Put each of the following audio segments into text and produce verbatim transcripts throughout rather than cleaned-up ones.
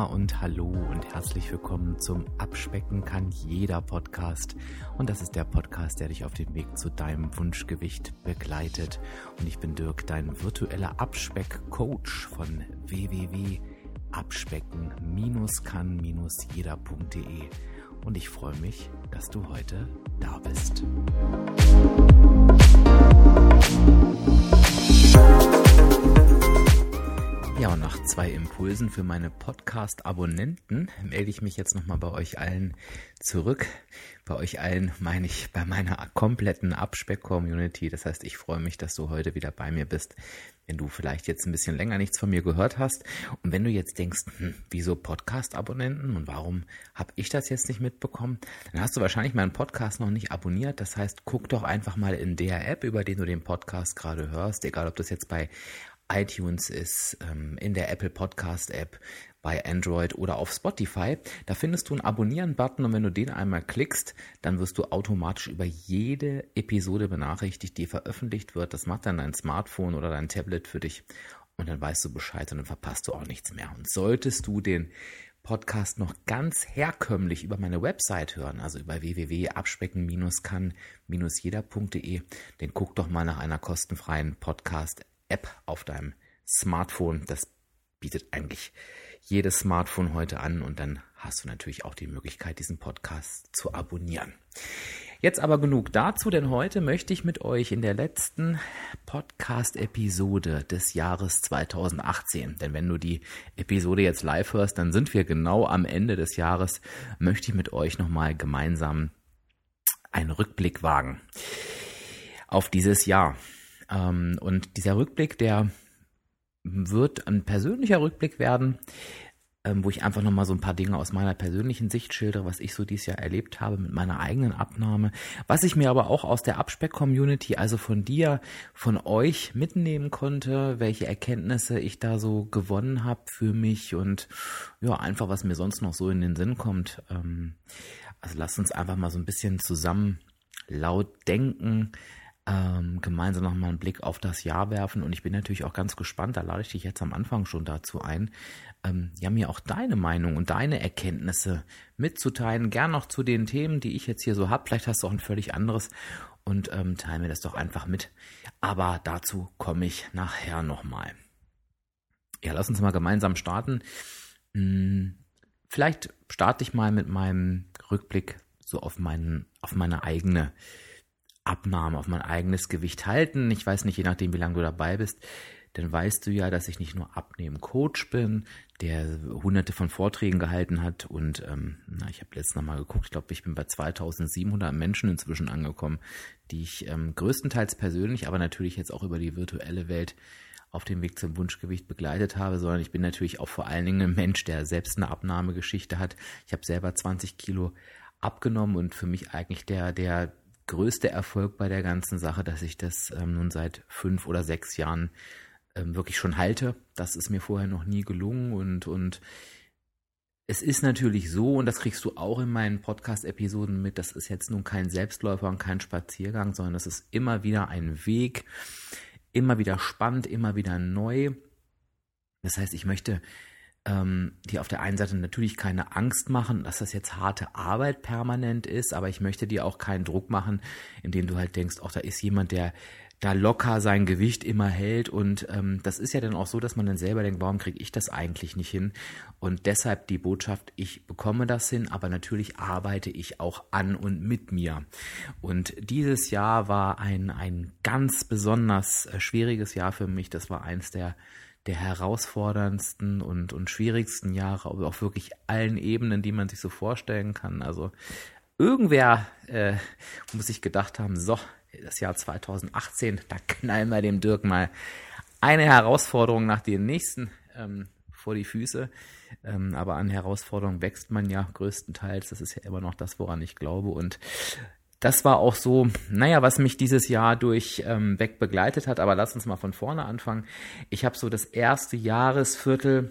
und hallo und herzlich willkommen zum Abspecken kann jeder Podcast. Und das ist der Podcast, der dich auf dem Weg zu deinem Wunschgewicht begleitet. Und ich bin Dirk, dein virtueller Abspeck-Coach von w w w punkt abspecken kann jeder punkt de. Und ich freue mich, dass du heute da bist. Ja, und nach zwei Impulsen für meine Podcast-Abonnenten melde ich mich jetzt nochmal bei euch allen zurück. Bei euch allen meine ich bei meiner kompletten Abspeck-Community. Das heißt, ich freue mich, dass du heute wieder bei mir bist, wenn du vielleicht jetzt ein bisschen länger nichts von mir gehört hast. Und wenn du jetzt denkst, hm, wieso Podcast-Abonnenten und warum habe ich das jetzt nicht mitbekommen, dann hast du wahrscheinlich meinen Podcast noch nicht abonniert. Das heißt, guck doch einfach mal in der App, über den du den Podcast gerade hörst, egal ob das jetzt bei iTunes ist, in der Apple Podcast App, bei Android oder auf Spotify. Da findest du einen Abonnieren-Button und wenn du den einmal klickst, dann wirst du automatisch über jede Episode benachrichtigt, die veröffentlicht wird. Das macht dann dein Smartphone oder dein Tablet für dich und dann weißt du Bescheid und dann verpasst du auch nichts mehr. Und solltest du den Podcast noch ganz herkömmlich über meine Website hören, also über w w w punkt abspecken kann jeder punkt de, dann guck doch mal nach einer kostenfreien Podcast-App auf deinem Smartphone. Das bietet eigentlich jedes Smartphone heute an und dann hast du natürlich auch die Möglichkeit, diesen Podcast zu abonnieren. Jetzt aber genug dazu, denn heute möchte ich mit euch in der letzten Podcast-Episode des Jahres zweitausendachtzehn, denn wenn du die Episode jetzt live hörst, dann sind wir genau am Ende des Jahres, möchte ich mit euch nochmal gemeinsam einen Rückblick wagen auf dieses Jahr. Und dieser Rückblick, der wird ein persönlicher Rückblick werden, wo ich einfach nochmal so ein paar Dinge aus meiner persönlichen Sicht schildere, was ich so dieses Jahr erlebt habe mit meiner eigenen Abnahme, was ich mir aber auch aus der Abspeck-Community, also von dir, von euch mitnehmen konnte, welche Erkenntnisse ich da so gewonnen habe für mich und ja, einfach was mir sonst noch so in den Sinn kommt. Also lasst uns einfach mal so ein bisschen zusammen laut denken, Ähm, gemeinsam nochmal einen Blick auf das Jahr werfen und ich bin natürlich auch ganz gespannt, da lade ich dich jetzt am Anfang schon dazu ein, ähm, ja mir auch deine Meinung und deine Erkenntnisse mitzuteilen, gern noch zu den Themen, die ich jetzt hier so habe, vielleicht hast du auch ein völlig anderes und ähm, teile mir das doch einfach mit, aber dazu komme ich nachher nochmal. Ja, lass uns mal gemeinsam starten. Hm, vielleicht starte ich mal mit meinem Rückblick so auf, meinen, auf meine eigene Abnahme, auf mein eigenes Gewicht halten. Ich weiß nicht, je nachdem, wie lange du dabei bist, dann weißt du ja, dass ich nicht nur Abnehmen-Coach bin, der hunderte von Vorträgen gehalten hat und ähm, na, ich habe letztens nochmal geguckt, ich glaube, ich bin bei zweitausendsiebenhundert Menschen inzwischen angekommen, die ich ähm, größtenteils persönlich, aber natürlich jetzt auch über die virtuelle Welt auf dem Weg zum Wunschgewicht begleitet habe, sondern ich bin natürlich auch vor allen Dingen ein Mensch, der selbst eine Abnahmegeschichte hat. Ich habe selber zwanzig Kilo abgenommen und für mich eigentlich der, der größte Erfolg bei der ganzen Sache, dass ich das ähm, nun seit fünf oder sechs Jahren ähm, wirklich schon halte. Das ist mir vorher noch nie gelungen und, und es ist natürlich so, und das kriegst du auch in meinen Podcast-Episoden mit, das ist jetzt nun kein Selbstläufer und kein Spaziergang, sondern das ist immer wieder ein Weg, immer wieder spannend, immer wieder neu. Das heißt, ich möchte Ähm, die auf der einen Seite natürlich keine Angst machen, dass das jetzt harte Arbeit permanent ist, aber ich möchte dir auch keinen Druck machen, indem du halt denkst, ach, da ist jemand, der da locker sein Gewicht immer hält und ähm, das ist ja dann auch so, dass man dann selber denkt, warum kriege ich das eigentlich nicht hin? Und deshalb die Botschaft, ich bekomme das hin, aber natürlich arbeite ich auch an und mit mir. Und dieses Jahr war ein, ein ganz besonders äh, schwieriges Jahr für mich, das war eins der der herausforderndsten und, und schwierigsten Jahre, aber auf wirklich allen Ebenen, die man sich so vorstellen kann. Also irgendwer äh, muss sich gedacht haben, so, das Jahr zweitausendachtzehn, da knallen wir dem Dirk mal eine Herausforderung nach der nächsten ähm, vor die Füße. Ähm, aber an Herausforderungen wächst man ja größtenteils. Das ist ja immer noch das, woran ich glaube. Und das war auch so, naja, was mich dieses Jahr durch ähm, weg begleitet hat, aber lass uns mal von vorne anfangen. Ich habe so das erste Jahresviertel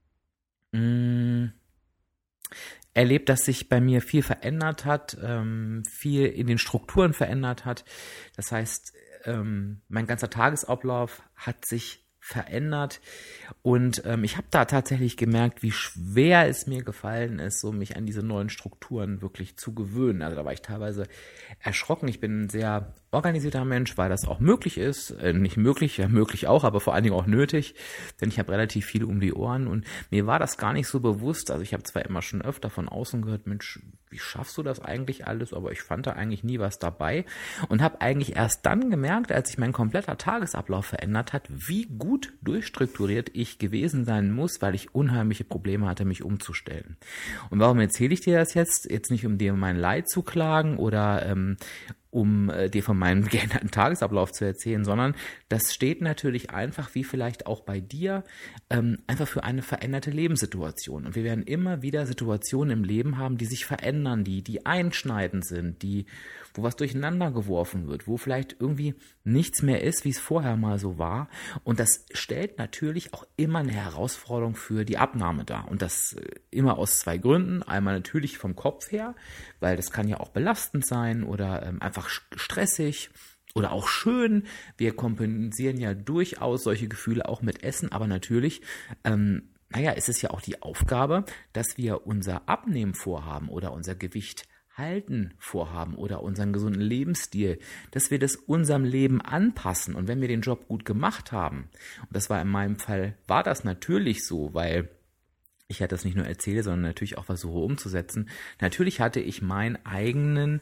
mh, erlebt, dass sich bei mir viel verändert hat, ähm, viel in den Strukturen verändert hat. Das heißt, ähm, mein ganzer Tagesablauf hat sich verändert. Und ähm, ich habe da tatsächlich gemerkt, wie schwer es mir gefallen ist, so mich an diese neuen Strukturen wirklich zu gewöhnen. Also da war ich teilweise erschrocken. Ich bin ein sehr organisierter Mensch, weil das auch möglich ist. Äh, nicht möglich, ja möglich auch, aber vor allen Dingen auch nötig, denn ich habe relativ viel um die Ohren und mir war das gar nicht so bewusst. Also ich habe zwar immer schon öfter von außen gehört, Mensch, wie schaffst du das eigentlich alles? Aber ich fand da eigentlich nie was dabei und habe eigentlich erst dann gemerkt, als sich mein kompletter Tagesablauf verändert hat, wie gut durchstrukturiert ich gewesen sein muss, weil ich unheimliche Probleme hatte, mich umzustellen. Und warum erzähle ich dir das jetzt? Jetzt nicht, um dir mein Leid zu klagen oder ähm, um äh, dir von meinem geänderten Tagesablauf zu erzählen, sondern das steht natürlich einfach, wie vielleicht auch bei dir, ähm, einfach für eine veränderte Lebenssituation. Und wir werden immer wieder Situationen im Leben haben, die sich verändern, die, die einschneidend sind, die, wo was durcheinander geworfen wird, wo vielleicht irgendwie nichts mehr ist, wie es vorher mal so war. Und das stellt natürlich auch immer eine Herausforderung für die Abnahme dar. Und das äh, immer aus zwei Gründen. Einmal natürlich vom Kopf her, weil das kann ja auch belastend sein oder ähm, einfach stressig oder auch schön. Wir kompensieren ja durchaus solche Gefühle auch mit Essen, aber natürlich, ähm, naja, es ist ja auch die Aufgabe, dass wir unser Abnehmvorhaben oder unser Gewicht halten vorhaben oder unseren gesunden Lebensstil, dass wir das unserem Leben anpassen. Und wenn wir den Job gut gemacht haben, und das war in meinem Fall, war das natürlich so, weil ich ja das nicht nur erzähle, sondern natürlich auch versuche umzusetzen. Natürlich hatte ich meinen eigenen,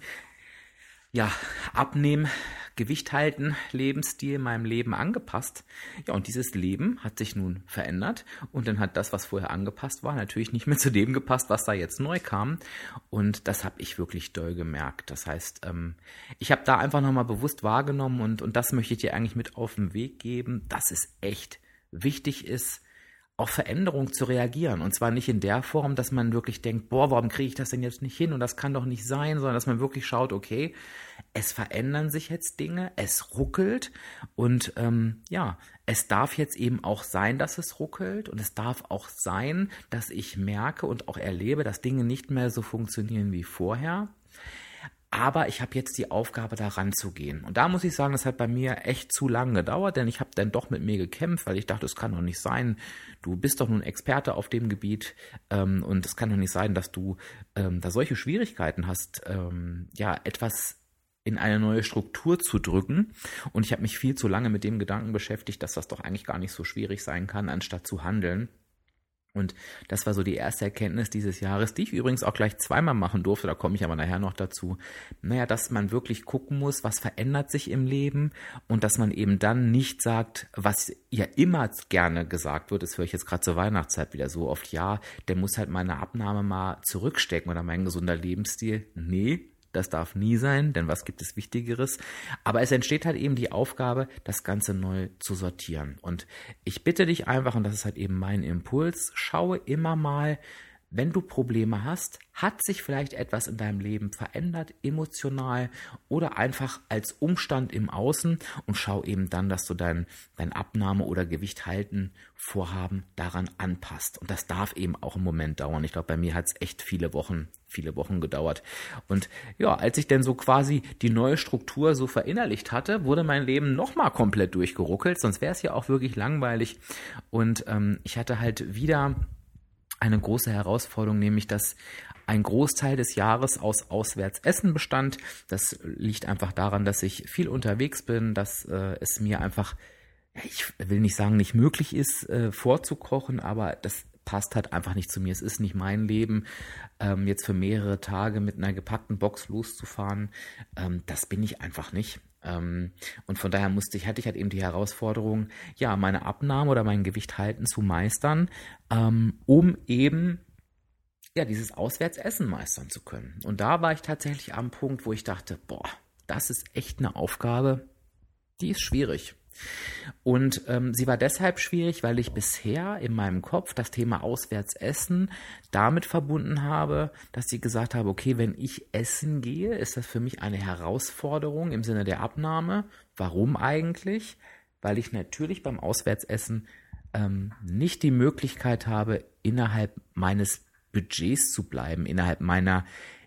ja, Abnehmen, Gewicht halten, Lebensstil meinem Leben angepasst. Ja, und dieses Leben hat sich nun verändert und dann hat das, was vorher angepasst war, natürlich nicht mehr zu dem gepasst, was da jetzt neu kam. Und das habe ich wirklich doll gemerkt. Das heißt, ähm, ich habe da einfach nochmal bewusst wahrgenommen und, und das möchte ich dir eigentlich mit auf den Weg geben, dass es echt wichtig ist, auf Veränderung zu reagieren. Und zwar nicht in der Form, dass man wirklich denkt, boah, warum kriege ich das denn jetzt nicht hin und das kann doch nicht sein, sondern dass man wirklich schaut, okay, es verändern sich jetzt Dinge, es ruckelt und ähm, ja, es darf jetzt eben auch sein, dass es ruckelt und es darf auch sein, dass ich merke und auch erlebe, dass Dinge nicht mehr so funktionieren wie vorher. Aber ich habe jetzt die Aufgabe, da ranzugehen. Und da muss ich sagen, das hat bei mir echt zu lange gedauert, denn ich habe dann doch mit mir gekämpft, weil ich dachte, es kann doch nicht sein. Du bist doch nun Experte auf dem Gebiet ähm, und es kann doch nicht sein, dass du ähm, da solche Schwierigkeiten hast, ähm, ja, etwas in eine neue Struktur zu drücken. Und ich habe mich viel zu lange mit dem Gedanken beschäftigt, dass das doch eigentlich gar nicht so schwierig sein kann, anstatt zu handeln. Und das war so die erste Erkenntnis dieses Jahres, die ich übrigens auch gleich zweimal machen durfte, da komme ich aber nachher noch dazu. Naja, dass man wirklich gucken muss, was verändert sich im Leben und dass man eben dann nicht sagt, was ja immer gerne gesagt wird, das höre ich jetzt gerade zur Weihnachtszeit wieder so oft, ja, der muss halt meine Abnahme mal zurückstecken oder mein gesunder Lebensstil. Nee. Das darf nie sein, denn was gibt es Wichtigeres? Aber es entsteht halt eben die Aufgabe, das Ganze neu zu sortieren. Und ich bitte dich einfach, und das ist halt eben mein Impuls, schaue immer mal, wenn du Probleme hast, hat sich vielleicht etwas in deinem Leben verändert, emotional oder einfach als Umstand im Außen und schau eben dann, dass du dein, dein Abnahme- oder Gewicht halten Vorhaben daran anpasst. Und das darf eben auch im Moment dauern. Ich glaube, bei mir hat es echt viele Wochen, viele Wochen gedauert. Und ja, als ich dann so quasi die neue Struktur so verinnerlicht hatte, wurde mein Leben nochmal komplett durchgeruckelt, sonst wäre es ja auch wirklich langweilig. Und ähm, ich hatte halt wieder eine große Herausforderung, nämlich dass ein Großteil des Jahres aus Auswärtsessen bestand. Das liegt einfach daran, dass ich viel unterwegs bin, dass äh, es mir einfach, ich will nicht sagen, nicht möglich ist, äh, vorzukochen, aber das passt halt einfach nicht zu mir. Es ist nicht mein Leben, ähm, jetzt für mehrere Tage mit einer gepackten Box loszufahren. Ähm, das bin ich einfach nicht. Ähm, und von daher musste ich, hatte ich halt eben die Herausforderung, ja, meine Abnahme oder mein Gewicht halten zu meistern, ähm, um eben ja dieses Auswärtsessen meistern zu können. Und da war ich tatsächlich am Punkt, wo ich dachte, boah, das ist echt eine Aufgabe, die ist schwierig. Und ähm, sie war deshalb schwierig, weil ich bisher in meinem Kopf das Thema Auswärtsessen damit verbunden habe, dass ich gesagt habe, okay, wenn ich essen gehe, ist das für mich eine Herausforderung im Sinne der Abnahme. Warum eigentlich? Weil ich natürlich beim Auswärtsessen ähm, nicht die Möglichkeit habe, innerhalb meines Budgets zu bleiben, innerhalb meiner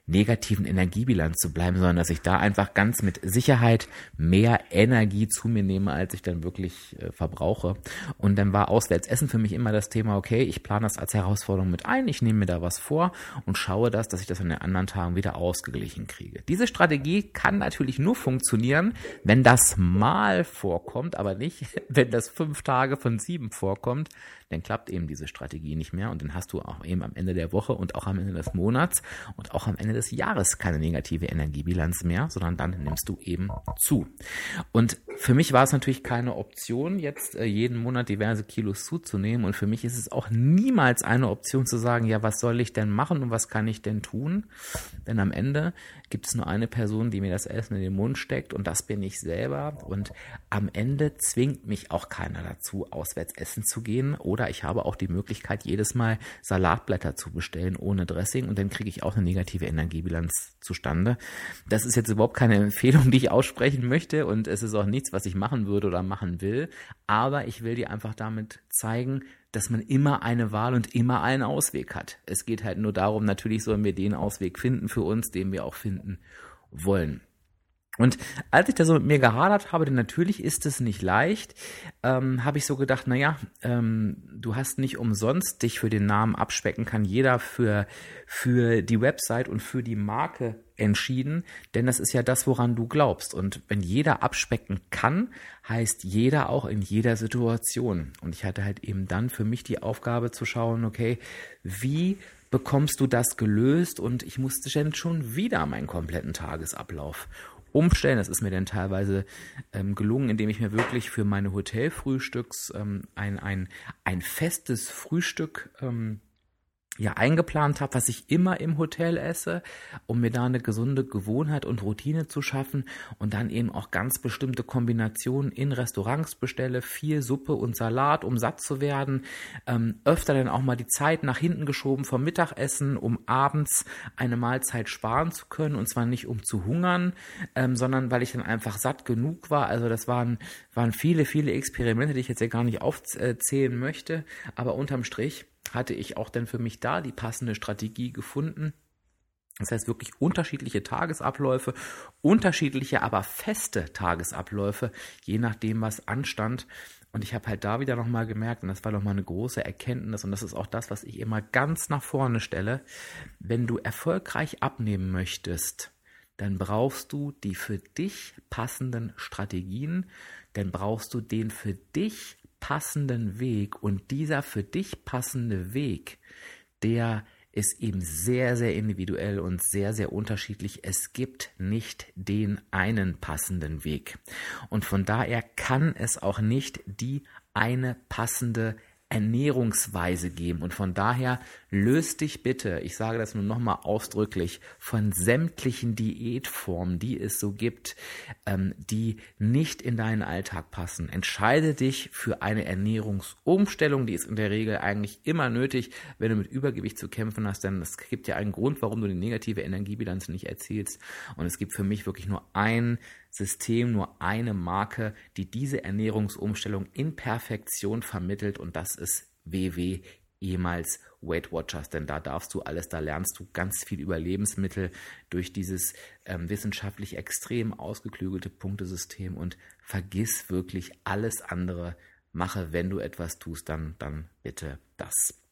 negativen Energiebilanz zu bleiben, sondern dass ich da einfach ganz mit Sicherheit mehr Energie zu mir nehme, als ich dann wirklich äh, verbrauche. Und dann war Auswärtsessen für mich immer das Thema, okay, ich plane das als Herausforderung mit ein, ich nehme mir da was vor und schaue das, dass ich das an den anderen Tagen wieder ausgeglichen kriege. Diese Strategie kann natürlich nur funktionieren, wenn das mal vorkommt, aber nicht, wenn das fünf Tage von sieben vorkommt, dann klappt eben diese Strategie nicht mehr und dann hast du auch eben am Ende der Woche und auch am Ende des Monats und auch am Ende des Jahres keine negative Energiebilanz mehr, sondern dann nimmst du eben zu. Und für mich war es natürlich keine Option, jetzt äh, jeden Monat diverse Kilos zuzunehmen und für mich ist es auch niemals eine Option zu sagen, ja, was soll ich denn machen und was kann ich denn tun? Denn am Ende gibt es nur eine Person, die mir das Essen in den Mund steckt und das bin ich selber und am Ende zwingt mich auch keiner dazu, auswärts essen zu gehen oder ich habe auch die Möglichkeit, jedes Mal Salatblätter zu bestellen ohne Dressing und dann kriege ich auch eine negative Energiebilanz zustande. Das ist jetzt überhaupt keine Empfehlung, die ich aussprechen möchte und es ist auch nichts, was ich machen würde oder machen will, aber ich will dir einfach damit zeigen, dass man immer eine Wahl und immer einen Ausweg hat. Es geht halt nur darum, natürlich sollen wir den Ausweg finden für uns, den wir auch finden wollen. Und als ich da so mit mir gehadert habe, denn natürlich ist es nicht leicht, ähm, habe ich so gedacht, naja, ähm, du hast nicht umsonst dich für den Namen Abspecken kann jeder für, für die Website und für die Marke entschieden, denn das ist ja das, woran du glaubst. Und wenn jeder abspecken kann, heißt jeder auch in jeder Situation. Und ich hatte halt eben dann für mich die Aufgabe zu schauen, okay, wie bekommst du das gelöst? Und ich musste dann schon wieder meinen kompletten Tagesablauf umstellen. Das ist mir dann teilweise ähm, gelungen, indem ich mir wirklich für meine Hotelfrühstücks ähm, ein, ein, ein festes Frühstück ähm, ja eingeplant habe, was ich immer im Hotel esse, um mir da eine gesunde Gewohnheit und Routine zu schaffen und dann eben auch ganz bestimmte Kombinationen in Restaurants bestelle, viel Suppe und Salat, um satt zu werden, ähm, öfter dann auch mal die Zeit nach hinten geschoben vom Mittagessen, um abends eine Mahlzeit sparen zu können und zwar nicht um zu hungern, ähm, sondern weil ich dann einfach satt genug war. Also das waren, waren viele, viele Experimente, die ich jetzt ja gar nicht aufzählen möchte, aber unterm Strich hatte ich auch dann für mich da die passende Strategie gefunden. Das heißt wirklich unterschiedliche Tagesabläufe, unterschiedliche, aber feste Tagesabläufe, je nachdem, was anstand. Und ich habe halt da wieder nochmal gemerkt, und das war nochmal eine große Erkenntnis, und das ist auch das, was ich immer ganz nach vorne stelle, wenn du erfolgreich abnehmen möchtest, dann brauchst du die für dich passenden Strategien, dann brauchst du den für dich passenden Weg und dieser für dich passende Weg, der ist eben sehr, sehr individuell und sehr, sehr unterschiedlich. Es gibt nicht den einen passenden Weg und von daher kann es auch nicht die eine passende Ernährungsweise geben und von daher löst dich bitte, ich sage das nun nochmal ausdrücklich, von sämtlichen Diätformen, die es so gibt, ähm, die nicht in deinen Alltag passen. Entscheide dich für eine Ernährungsumstellung, die ist in der Regel eigentlich immer nötig, wenn du mit Übergewicht zu kämpfen hast, denn es gibt ja einen Grund, warum du die negative Energiebilanz nicht erzielst und es gibt für mich wirklich nur ein System, nur eine Marke, die diese Ernährungsumstellung in Perfektion vermittelt und das ist W W, ehemals Weight Watchers, denn da darfst du alles, da lernst du ganz viel über Lebensmittel durch dieses ähm, wissenschaftlich extrem ausgeklügelte Punktesystem und vergiss wirklich alles andere, mache, wenn du etwas tust, dann, dann bitte das.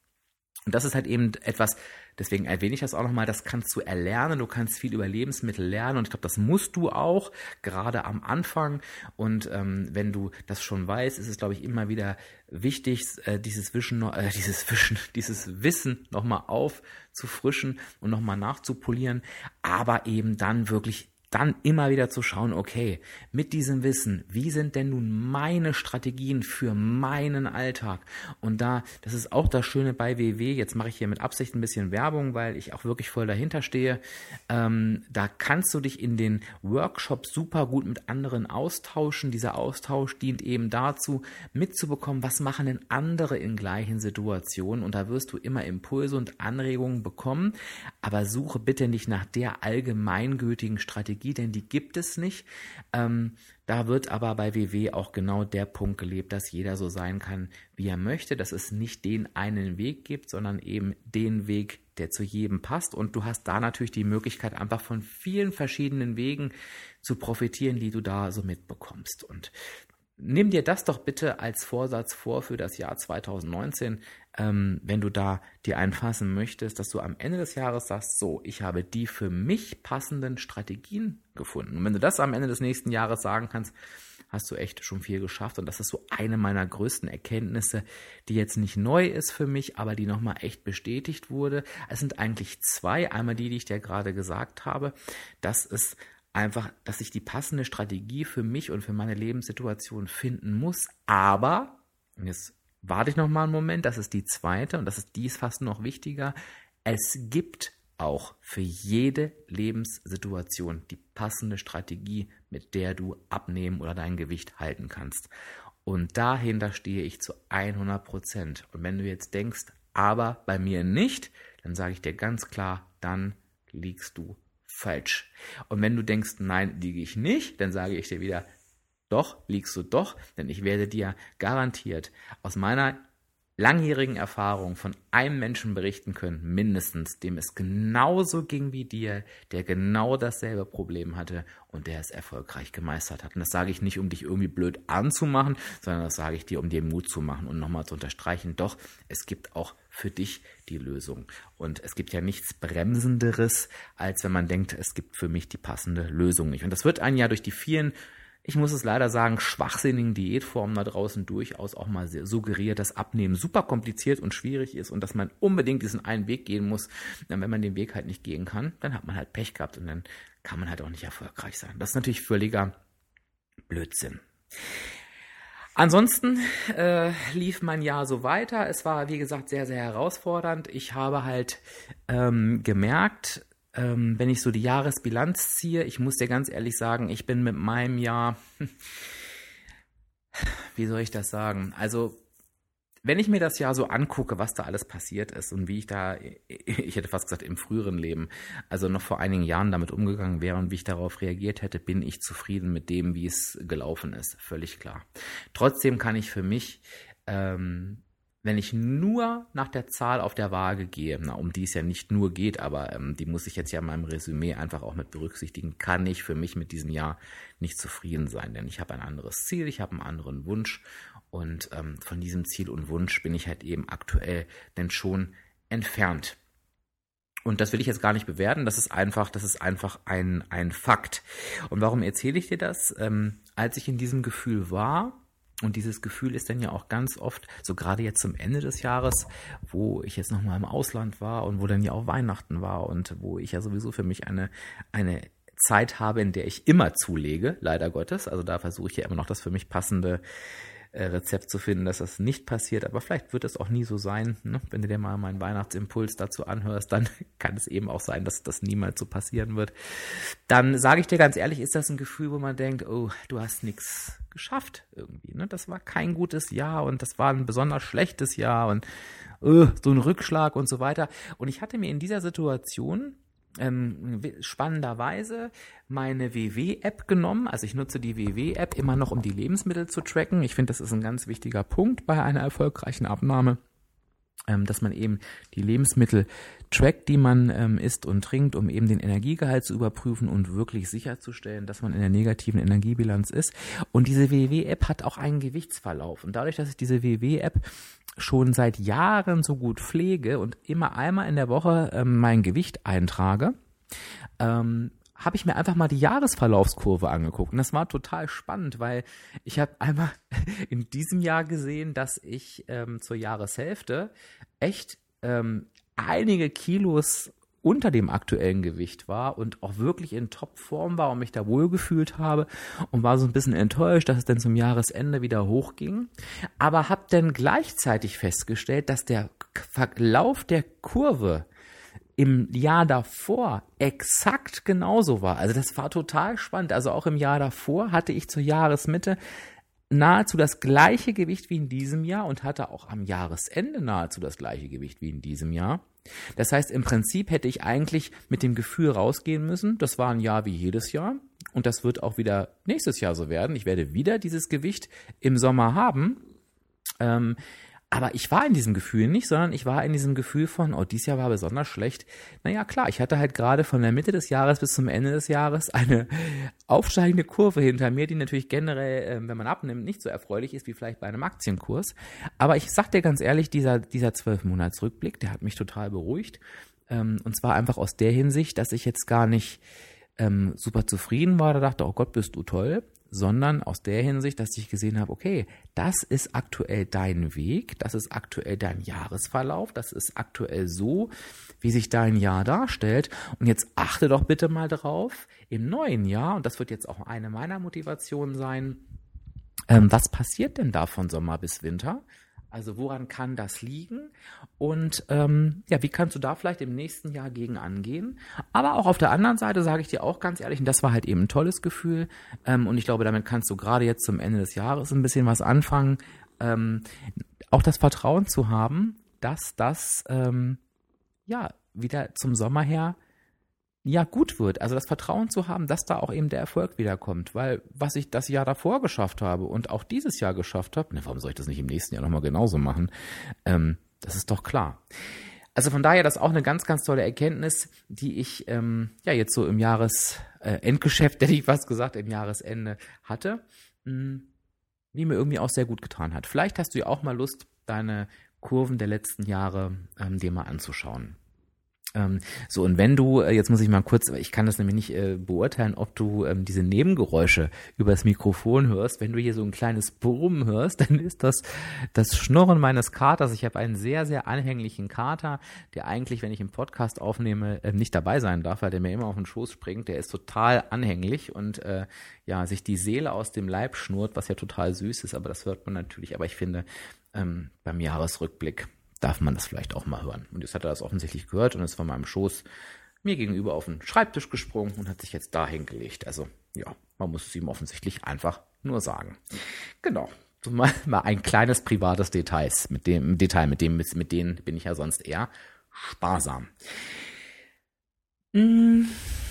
Und das ist halt eben etwas, deswegen erwähne ich das auch nochmal, das kannst du erlernen, du kannst viel über Lebensmittel lernen und ich glaube, das musst du auch, gerade am Anfang und ähm, wenn du das schon weißt, ist es, glaube ich, immer wieder wichtig, äh, dieses Wissen, äh, dieses Wissen, dieses Wissen nochmal aufzufrischen und nochmal nachzupolieren, aber eben dann wirklich dann immer wieder zu schauen, okay, mit diesem Wissen, wie sind denn nun meine Strategien für meinen Alltag? Und da, das ist auch das Schöne bei W W, jetzt mache ich hier mit Absicht ein bisschen Werbung, weil ich auch wirklich voll dahinter stehe, ähm, da kannst du dich in den Workshops super gut mit anderen austauschen. Dieser Austausch dient eben dazu, mitzubekommen, was machen denn andere in gleichen Situationen und da wirst du immer Impulse und Anregungen bekommen, aber suche bitte nicht nach der allgemeingültigen Strategie, Strategie, denn die gibt es nicht. Ähm, da wird aber bei W W auch genau der Punkt gelebt, dass jeder so sein kann, wie er möchte, dass es nicht den einen Weg gibt, sondern eben den Weg, der zu jedem passt. Und du hast da natürlich die Möglichkeit, einfach von vielen verschiedenen Wegen zu profitieren, die du da so mitbekommst. Und nimm dir das doch bitte als Vorsatz vor für das Jahr zwanzig neunzehn, ähm, wenn du da dir einfassen möchtest, dass du am Ende des Jahres sagst, so, ich habe die für mich passenden Strategien gefunden. Und wenn du das am Ende des nächsten Jahres sagen kannst, hast du echt schon viel geschafft. Und das ist so eine meiner größten Erkenntnisse, die jetzt nicht neu ist für mich, aber die nochmal echt bestätigt wurde. Es sind eigentlich zwei. Einmal die, die ich dir gerade gesagt habe, dass es einfach, dass ich die passende Strategie für mich und für meine Lebenssituation finden muss. Aber, und jetzt warte ich noch mal einen Moment, das ist die zweite und das ist dies fast noch wichtiger, es gibt auch für jede Lebenssituation die passende Strategie, mit der du abnehmen oder dein Gewicht halten kannst. Und dahinter stehe ich zu hundert Prozent. Und wenn du jetzt denkst, aber bei mir nicht, dann sage ich dir ganz klar, dann liegst du falsch. Und wenn du denkst, nein, liege ich nicht, dann sage ich dir wieder, doch, liegst du doch, denn ich werde dir garantiert aus meiner langjährigen Erfahrung von einem Menschen berichten können, mindestens, dem es genauso ging wie dir, der genau dasselbe Problem hatte und der es erfolgreich gemeistert hat. Und das sage ich nicht, um dich irgendwie blöd anzumachen, sondern das sage ich dir, um dir Mut zu machen und nochmal zu unterstreichen, doch, es gibt auch für dich die Lösung. Und es gibt ja nichts Bremsenderes, als wenn man denkt, es gibt für mich die passende Lösung nicht. Und das wird einen ja durch die vielen, ich muss es leider sagen, schwachsinnigen Diätformen da draußen durchaus auch mal sehr suggeriert, dass Abnehmen super kompliziert und schwierig ist und dass man unbedingt diesen einen Weg gehen muss. Denn wenn man den Weg halt nicht gehen kann, dann hat man halt Pech gehabt und dann kann man halt auch nicht erfolgreich sein. Das ist natürlich völliger Blödsinn. Ansonsten äh, lief mein Jahr so weiter. Es war, wie gesagt, sehr, sehr herausfordernd. Ich habe halt ähm, gemerkt, ähm, wenn ich so die Jahresbilanz ziehe, ich muss dir ganz ehrlich sagen, ich bin mit meinem Jahr, wie soll ich das sagen, also wenn ich mir das Jahr so angucke, was da alles passiert ist und wie ich da, ich hätte fast gesagt im früheren Leben, also noch vor einigen Jahren damit umgegangen wäre und wie ich darauf reagiert hätte, bin ich zufrieden mit dem, wie es gelaufen ist, völlig klar. Trotzdem kann ich für mich, ähm, wenn ich nur nach der Zahl auf der Waage gehe, na, um die es ja nicht nur geht, aber ähm, die muss ich jetzt ja in meinem Resümee einfach auch mit berücksichtigen, kann ich für mich mit diesem Jahr nicht zufrieden sein, denn ich habe ein anderes Ziel, ich habe einen anderen Wunsch und ähm, von diesem Ziel und Wunsch bin ich halt eben aktuell denn schon entfernt. Und das will ich jetzt gar nicht bewerten, das ist einfach, das ist einfach ein, ein Fakt. Und warum erzähle ich dir das? Ähm, als ich in diesem Gefühl war, und dieses Gefühl ist dann ja auch ganz oft, so gerade jetzt zum Ende des Jahres, wo ich jetzt nochmal im Ausland war und wo dann ja auch Weihnachten war und wo ich ja sowieso für mich eine, eine Zeit habe, in der ich immer zulege, leider Gottes. Also da versuche ich ja immer noch das für mich passende äh, Rezept zu finden, dass das nicht passiert. Aber vielleicht wird es auch nie so sein. Ne? Wenn du dir mal meinen Weihnachtsimpuls dazu anhörst, dann kann es eben auch sein, dass das niemals so passieren wird. Dann sage ich dir ganz ehrlich, ist das ein Gefühl, wo man denkt, oh, du hast nichts geschafft irgendwie. Ne? Das war kein gutes Jahr und das war ein besonders schlechtes Jahr und uh, so ein Rückschlag und so weiter. Und ich hatte mir in dieser Situation ähm, spannenderweise meine W W-App genommen. Also ich nutze die W W-App immer noch, um die Lebensmittel zu tracken. Ich finde, das ist ein ganz wichtiger Punkt bei einer erfolgreichen Abnahme, ähm, dass man eben die Lebensmittel trackt, die man ähm, isst und trinkt, um eben den Energiegehalt zu überprüfen und wirklich sicherzustellen, dass man in der negativen Energiebilanz ist. Und diese W W-App hat auch einen Gewichtsverlauf. Und dadurch, dass ich diese W W-App schon seit Jahren so gut pflege und immer einmal in der Woche ähm, mein Gewicht eintrage, ähm, habe ich mir einfach mal die Jahresverlaufskurve angeguckt. Und das war total spannend, weil ich habe einmal in diesem Jahr gesehen, dass ich ähm, zur Jahreshälfte echt ähm, einige Kilos unter dem aktuellen Gewicht war und auch wirklich in Topform war und mich da wohlgefühlt habe und war so ein bisschen enttäuscht, dass es dann zum Jahresende wieder hochging. Aber habe dann gleichzeitig festgestellt, dass der Verlauf der Kurve im Jahr davor exakt genauso war. Also das war total spannend. Also auch im Jahr davor hatte ich zur Jahresmitte nahezu das gleiche Gewicht wie in diesem Jahr und hatte auch am Jahresende nahezu das gleiche Gewicht wie in diesem Jahr. Das heißt, im Prinzip hätte ich eigentlich mit dem Gefühl rausgehen müssen, das war ein Jahr wie jedes Jahr und das wird auch wieder nächstes Jahr so werden. Ich werde wieder dieses Gewicht im Sommer haben. Ähm, aber ich war in diesem Gefühl nicht, sondern ich war in diesem Gefühl von, oh, dieses Jahr war besonders schlecht. Naja, klar, ich hatte halt gerade von der Mitte des Jahres bis zum Ende des Jahres eine aufsteigende Kurve hinter mir, die natürlich generell, äh, wenn man abnimmt, nicht so erfreulich ist wie vielleicht bei einem Aktienkurs. Aber ich sag dir ganz ehrlich, dieser dieser zwölf-Monats-Rückblick, der hat mich total beruhigt. Ähm, und zwar einfach aus der Hinsicht, dass ich jetzt gar nicht ähm, super zufrieden war, da dachte, oh Gott, bist du toll, sondern aus der Hinsicht, dass ich gesehen habe, okay, das ist aktuell dein Weg, das ist aktuell dein Jahresverlauf, das ist aktuell so, wie sich dein Jahr darstellt und jetzt achte doch bitte mal drauf, im neuen Jahr, und das wird jetzt auch eine meiner Motivationen sein, ähm, was passiert denn da von Sommer bis Winter? Also woran kann das liegen? Und ähm, ja, wie kannst du da vielleicht im nächsten Jahr gegen angehen? Aber auch auf der anderen Seite sage ich dir auch ganz ehrlich, und das war halt eben ein tolles Gefühl. Ähm, und ich glaube, damit kannst du gerade jetzt zum Ende des Jahres ein bisschen was anfangen. Ähm, auch das Vertrauen zu haben, dass das ähm, ja wieder zum Sommer her ja gut wird. Also das Vertrauen zu haben, dass da auch eben der Erfolg wiederkommt. Weil was ich das Jahr davor geschafft habe und auch dieses Jahr geschafft habe, ne, warum soll ich das nicht im nächsten Jahr nochmal genauso machen? Ähm, das ist doch klar. Also von daher, das ist auch eine ganz, ganz tolle Erkenntnis, die ich ähm, ja jetzt so im Jahresendgeschäft, hätte ich fast gesagt, im Jahresende hatte, mh, die mir irgendwie auch sehr gut getan hat. Vielleicht hast du ja auch mal Lust, deine Kurven der letzten Jahre ähm, dir mal anzuschauen. Ähm, so, und wenn du, äh, jetzt muss ich mal kurz, ich kann das nämlich nicht äh, beurteilen, ob du ähm, diese Nebengeräusche übers Mikrofon hörst. Wenn du hier so ein kleines Brummen hörst, dann ist das das Schnurren meines Katers. Ich habe einen sehr, sehr anhänglichen Kater, der eigentlich, wenn ich einen Podcast aufnehme, äh, nicht dabei sein darf, weil der mir immer auf den Schoß springt. Der ist total anhänglich und äh, ja, sich die Seele aus dem Leib schnurrt, was ja total süß ist, aber das hört man natürlich. Aber ich finde, ähm, beim Jahresrückblick darf man das vielleicht auch mal hören. Und jetzt hat er das offensichtlich gehört und ist von meinem Schoß mir gegenüber auf den Schreibtisch gesprungen und hat sich jetzt da hingelegt. Also ja, man muss es ihm offensichtlich einfach nur sagen. Genau, so mal, mal ein kleines privates Details mit dem Detail, mit dem mit denen bin ich ja sonst eher sparsam. Hm.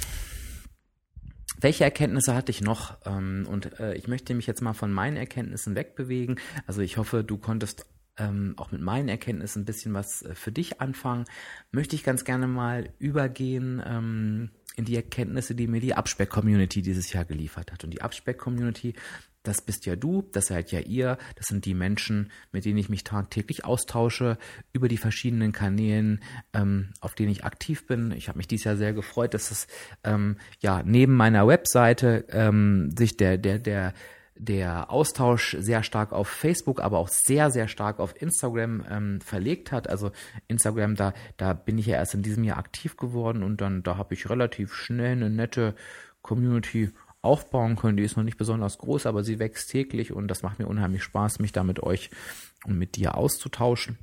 Welche Erkenntnisse hatte ich noch? Und ich möchte mich jetzt mal von meinen Erkenntnissen wegbewegen. Also ich hoffe, du konntest Ähm, auch mit meinen Erkenntnissen ein bisschen was äh, für dich anfangen, möchte ich ganz gerne mal übergehen ähm, in die Erkenntnisse, die mir die Abspeck-Community dieses Jahr geliefert hat. Und die Abspeck-Community, das bist ja du, das seid ja ihr, das sind die Menschen, mit denen ich mich tagtäglich austausche, über die verschiedenen Kanälen, ähm, auf denen ich aktiv bin. Ich habe mich dieses Jahr sehr gefreut, dass es ähm, ja neben meiner Webseite ähm, sich der, der, der der Austausch sehr stark auf Facebook, aber auch sehr, sehr stark auf Instagram ähm, verlegt hat. Also Instagram, da da bin ich ja erst in diesem Jahr aktiv geworden und dann da habe ich relativ schnell eine nette Community aufbauen können. Die ist noch nicht besonders groß, aber sie wächst täglich und das macht mir unheimlich Spaß, mich da mit euch und mit dir auszutauschen.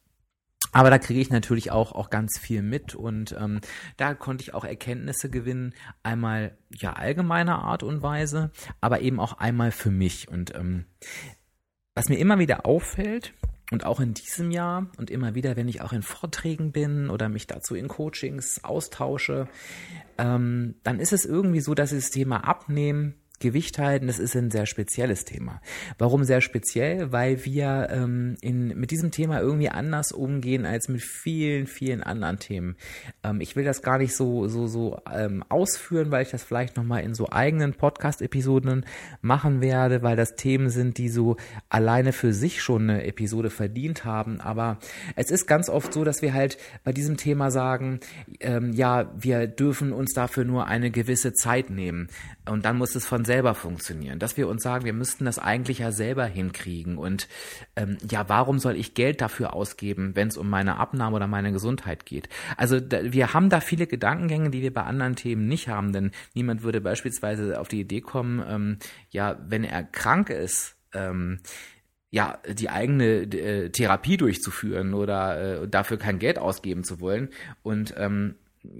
Aber da kriege ich natürlich auch auch ganz viel mit und ähm, da konnte ich auch Erkenntnisse gewinnen, einmal ja allgemeiner Art und Weise, aber eben auch einmal für mich. Und ähm, was mir immer wieder auffällt und auch in diesem Jahr und immer wieder, wenn ich auch in Vorträgen bin oder mich dazu in Coachings austausche, ähm, dann ist es irgendwie so, dass das Thema Abnehmen, Gewicht halten, das ist ein sehr spezielles Thema. Warum sehr speziell? Weil wir ähm, in, mit diesem Thema irgendwie anders umgehen als mit vielen, vielen anderen Themen. Ähm, ich will das gar nicht so so so ähm, ausführen, weil ich das vielleicht nochmal in so eigenen Podcast-Episoden machen werde, weil das Themen sind, die so alleine für sich schon eine Episode verdient haben. Aber es ist ganz oft so, dass wir halt bei diesem Thema sagen, ähm, ja, wir dürfen uns dafür nur eine gewisse Zeit nehmen. Und dann muss es von selber funktionieren, dass wir uns sagen, wir müssten das eigentlich ja selber hinkriegen und ähm, ja, warum soll ich Geld dafür ausgeben, wenn es um meine Abnahme oder meine Gesundheit geht? Also da, wir haben da viele Gedankengänge, die wir bei anderen Themen nicht haben, denn niemand würde beispielsweise auf die Idee kommen, ähm, ja, wenn er krank ist, ähm, ja, die eigene äh, Therapie durchzuführen oder äh, dafür kein Geld ausgeben zu wollen und ähm,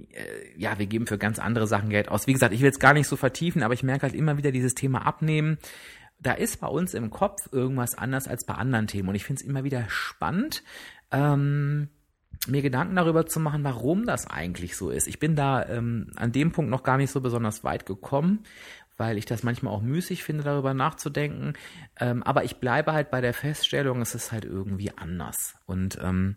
ja, wir geben für ganz andere Sachen Geld aus. Wie gesagt, ich will es gar nicht so vertiefen, aber ich merke halt immer wieder dieses Thema Abnehmen. Da ist bei uns im Kopf irgendwas anders als bei anderen Themen. Und ich finde es immer wieder spannend, ähm, mir Gedanken darüber zu machen, warum das eigentlich so ist. Ich bin da ähm, an dem Punkt noch gar nicht so besonders weit gekommen, weil ich das manchmal auch müßig finde, darüber nachzudenken. Ähm, aber ich bleibe halt bei der Feststellung, es ist halt irgendwie anders. Und ähm,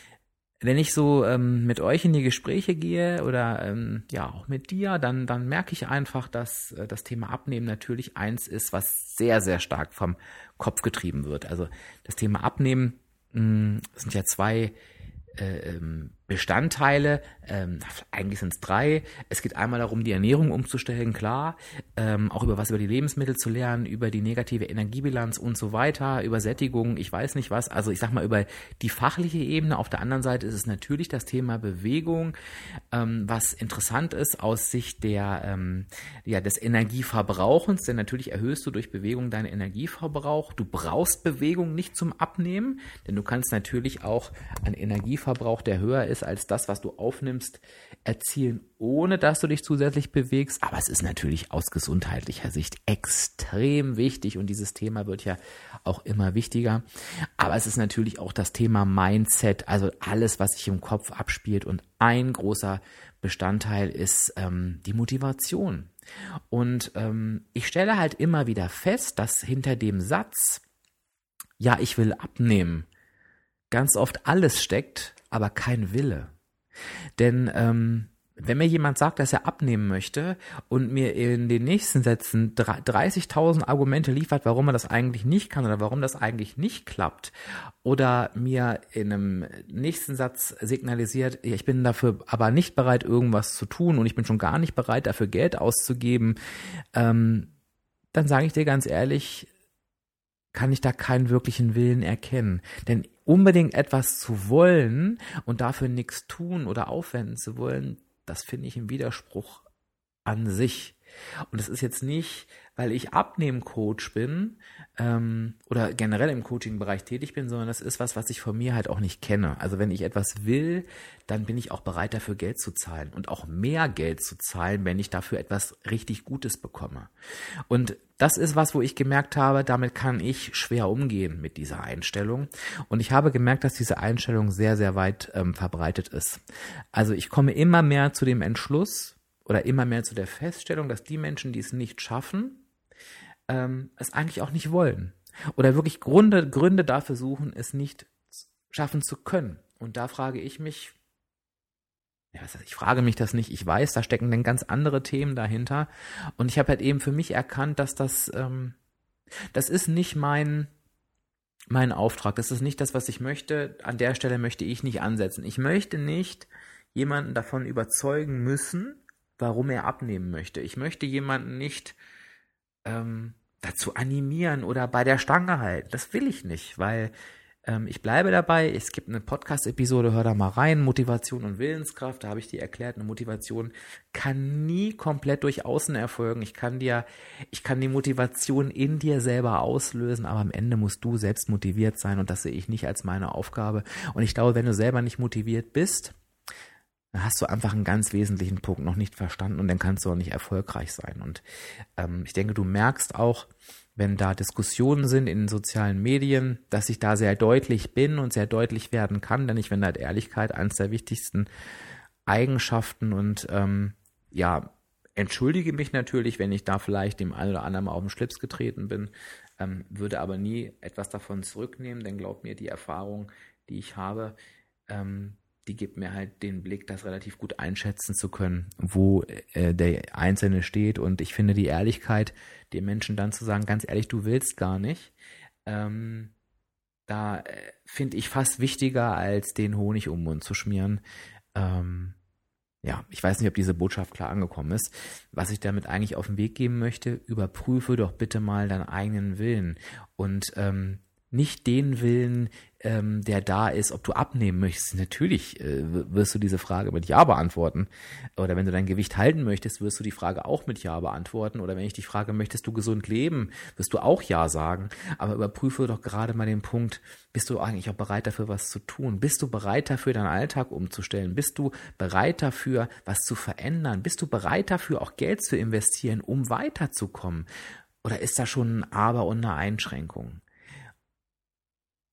wenn ich so ähm, mit euch in die Gespräche gehe oder ähm, ja auch mit dir, dann dann merke ich einfach, dass äh, das Thema Abnehmen natürlich eins ist, was sehr, sehr stark vom Kopf getrieben wird. Also das Thema Abnehmen mh, sind ja zwei äh, ähm, Bestandteile, ähm, eigentlich sind es drei. Es geht einmal darum, die Ernährung umzustellen, klar, ähm, auch über was über die Lebensmittel zu lernen, über die negative Energiebilanz und so weiter, über Sättigung, ich weiß nicht was, also ich sag mal über die fachliche Ebene. Auf der anderen Seite ist es natürlich das Thema Bewegung, ähm, was interessant ist aus Sicht der, ähm, ja, des Energieverbrauchens, denn natürlich erhöhst du durch Bewegung deinen Energieverbrauch. Du brauchst Bewegung nicht zum Abnehmen, denn du kannst natürlich auch einen Energieverbrauch, der höher ist als das, was du aufnimmst, erzielen, ohne dass du dich zusätzlich bewegst. Aber es ist natürlich aus gesundheitlicher Sicht extrem wichtig und dieses Thema wird ja auch immer wichtiger. Aber es ist natürlich auch das Thema Mindset, also alles, was sich im Kopf abspielt, und ein großer Bestandteil ist ähm, die Motivation. Und ähm, ich stelle halt immer wieder fest, dass hinter dem Satz, ja, ich will abnehmen, ganz oft alles steckt, aber kein Wille. Denn ähm, wenn mir jemand sagt, dass er abnehmen möchte und mir in den nächsten Sätzen dreißigtausend Argumente liefert, warum er das eigentlich nicht kann oder warum das eigentlich nicht klappt, oder mir in einem nächsten Satz signalisiert, ich bin dafür aber nicht bereit, irgendwas zu tun und ich bin schon gar nicht bereit, dafür Geld auszugeben, ähm, dann sage ich dir ganz ehrlich, kann ich da keinen wirklichen Willen erkennen. Denn unbedingt etwas zu wollen und dafür nichts tun oder aufwenden zu wollen, das finde ich im Widerspruch an sich. Und das ist jetzt nicht, weil ich Abnehmen-Coach bin ähm, oder generell im Coaching-Bereich tätig bin, sondern das ist was, was ich von mir halt auch nicht kenne. Also wenn ich etwas will, dann bin ich auch bereit, dafür Geld zu zahlen und auch mehr Geld zu zahlen, wenn ich dafür etwas richtig Gutes bekomme. Und das ist was, wo ich gemerkt habe, damit kann ich schwer umgehen mit dieser Einstellung. Und ich habe gemerkt, dass diese Einstellung sehr, sehr weit ähm, verbreitet ist. Also ich komme immer mehr zu dem Entschluss, oder immer mehr zu der Feststellung, dass die Menschen, die es nicht schaffen, ähm, es eigentlich auch nicht wollen. Oder wirklich Gründe, Gründe dafür suchen, es nicht schaffen zu können. Und da frage ich mich, ja, ich frage mich das nicht, ich weiß, da stecken dann ganz andere Themen dahinter. Und ich habe halt eben für mich erkannt, dass das, ähm, das ist nicht mein, mein Auftrag. Das ist nicht das, was ich möchte. An der Stelle möchte ich nicht ansetzen. Ich möchte nicht jemanden davon überzeugen müssen, warum er abnehmen möchte. Ich möchte jemanden nicht ähm, dazu animieren oder bei der Stange halten. Das will ich nicht, weil ähm, ich bleibe dabei. Es gibt eine Podcast-Episode, hör da mal rein, Motivation und Willenskraft. Da habe ich dir erklärt, eine Motivation kann nie komplett durch Außen erfolgen. Ich kann dir, ich kann die Motivation in dir selber auslösen, aber am Ende musst du selbst motiviert sein und das sehe ich nicht als meine Aufgabe. Und ich glaube, wenn du selber nicht motiviert bist, dann hast du einfach einen ganz wesentlichen Punkt noch nicht verstanden und dann kannst du auch nicht erfolgreich sein. Und ähm, ich denke, du merkst auch, wenn da Diskussionen sind in den sozialen Medien, dass ich da sehr deutlich bin und sehr deutlich werden kann, denn ich finde halt Ehrlichkeit eines der wichtigsten Eigenschaften und ähm, ja, entschuldige mich natürlich, wenn ich da vielleicht dem einen oder anderen mal auf den Schlips getreten bin, ähm, würde aber nie etwas davon zurücknehmen, denn glaub mir, die Erfahrung, die ich habe, ähm, die gibt mir halt den Blick, das relativ gut einschätzen zu können, wo äh, der Einzelne steht. Und ich finde die Ehrlichkeit, den Menschen dann zu sagen, ganz ehrlich, du willst gar nicht, ähm, da äh, finde ich fast wichtiger, als den Honig um den Mund zu schmieren. Ähm, ja, ich weiß nicht, ob diese Botschaft klar angekommen ist. Was ich damit eigentlich auf den Weg geben möchte, überprüfe doch bitte mal deinen eigenen Willen und ähm, nicht den Willen, ähm, der da ist, ob du abnehmen möchtest. Natürlich äh, wirst du diese Frage mit Ja beantworten. Oder wenn du dein Gewicht halten möchtest, wirst du die Frage auch mit Ja beantworten. Oder wenn ich dich frage, möchtest du gesund leben, wirst du auch Ja sagen. Aber überprüfe doch gerade mal den Punkt, bist du eigentlich auch bereit dafür, was zu tun? Bist du bereit dafür, deinen Alltag umzustellen? Bist du bereit dafür, was zu verändern? Bist du bereit dafür, auch Geld zu investieren, um weiterzukommen? Oder ist da schon ein Aber und eine Einschränkung?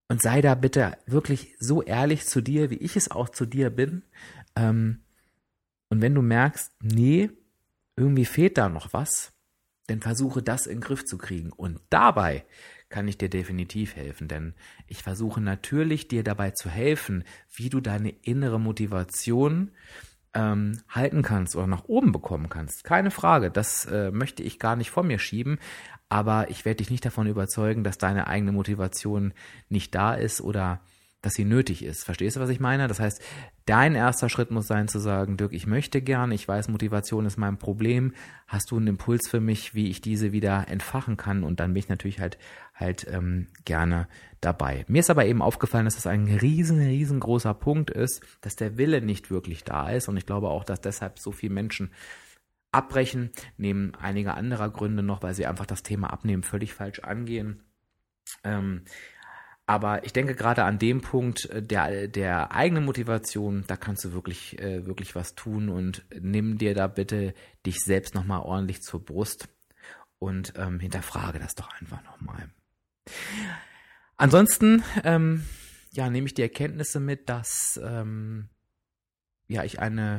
Und sei da bitte wirklich so ehrlich zu dir, wie ich es auch zu dir bin. Ähm, und wenn du merkst, nee, irgendwie fehlt da noch was, dann versuche das in den Griff zu kriegen. Und dabei kann ich dir definitiv helfen, denn ich versuche natürlich dir dabei zu helfen, wie du deine innere Motivation ähm, halten kannst oder nach oben bekommen kannst. Keine Frage, das äh, möchte ich gar nicht vor mir schieben, aber ich werde dich nicht davon überzeugen, dass deine eigene Motivation nicht da ist oder dass sie nötig ist. Verstehst du, was ich meine? Das heißt, dein erster Schritt muss sein zu sagen, Dirk, ich möchte gerne, ich weiß, Motivation ist mein Problem. Hast du einen Impuls für mich, wie ich diese wieder entfachen kann? Und dann bin ich natürlich halt halt ähm, gerne dabei. Mir ist aber eben aufgefallen, dass das ein riesen, riesengroßer Punkt ist, dass der Wille nicht wirklich da ist. Und ich glaube auch, dass deshalb so viele Menschen abbrechen, neben einiger anderer Gründe noch, weil sie einfach das Thema Abnehmen völlig falsch angehen. Ähm, Aber ich denke gerade an dem Punkt der, der eigenen Motivation, da kannst du wirklich, äh, wirklich was tun und nimm dir da bitte dich selbst nochmal ordentlich zur Brust und ähm, hinterfrage das doch einfach nochmal. Ansonsten, ähm, ja, nehme ich die Erkenntnisse mit, dass ähm, ja, ich eine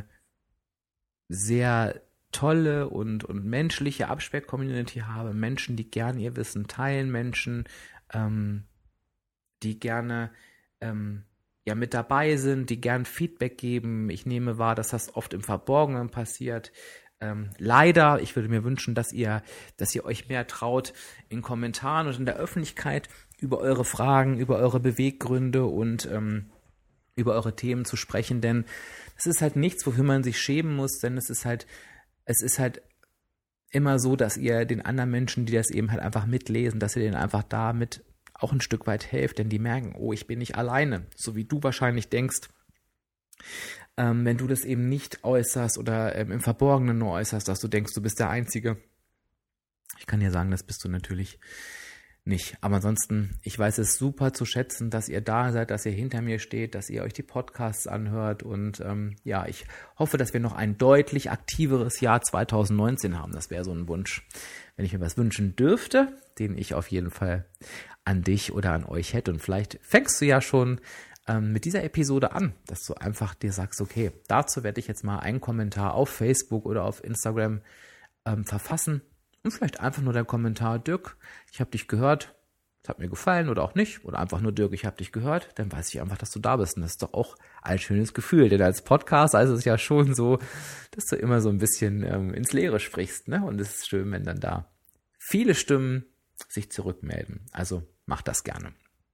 sehr tolle und, und menschliche Abspeck-Community habe. Menschen, die gern ihr Wissen teilen, Menschen, ähm, die gerne ähm, ja mit dabei sind, die gern Feedback geben. Ich nehme wahr, dass das oft im Verborgenen passiert. Ähm, leider, ich würde mir wünschen, dass ihr, dass ihr euch mehr traut, in Kommentaren und in der Öffentlichkeit über eure Fragen, über eure Beweggründe und ähm, über eure Themen zu sprechen, denn es ist halt nichts, wofür man sich schämen muss, denn es ist halt, es ist halt immer so, dass ihr den anderen Menschen, die das eben halt einfach mitlesen, dass ihr denen einfach damit auch ein Stück weit helft, denn die merken, oh, ich bin nicht alleine, so wie du wahrscheinlich denkst, ähm, wenn du das eben nicht äußerst oder ähm, im Verborgenen nur äußerst, dass du denkst, du bist der Einzige. Ich kann dir sagen, das bist du natürlich nicht. Aber ansonsten, ich weiß es super zu schätzen, dass ihr da seid, dass ihr hinter mir steht, dass ihr euch die Podcasts anhört und ähm, ja, ich hoffe, dass wir noch ein deutlich aktiveres Jahr zwanzig neunzehn haben. Das wäre so ein Wunsch, wenn ich mir was wünschen dürfte, den ich auf jeden Fall an dich oder an euch hätte. Und vielleicht fängst du ja schon ähm, mit dieser Episode an, dass du einfach dir sagst, okay, dazu werde ich jetzt mal einen Kommentar auf Facebook oder auf Instagram ähm, verfassen. Und vielleicht einfach nur der Kommentar, Dirk, ich habe dich gehört, es hat mir gefallen oder auch nicht. Oder einfach nur, Dirk, ich habe dich gehört. Dann weiß ich einfach, dass du da bist. Und das ist doch auch ein schönes Gefühl. Denn als Podcast ist es ja schon so, dass du immer so ein bisschen ähm, ins Leere sprichst. Ne? Und es ist schön, wenn dann da viele Stimmen sich zurückmelden. Also mach das gerne.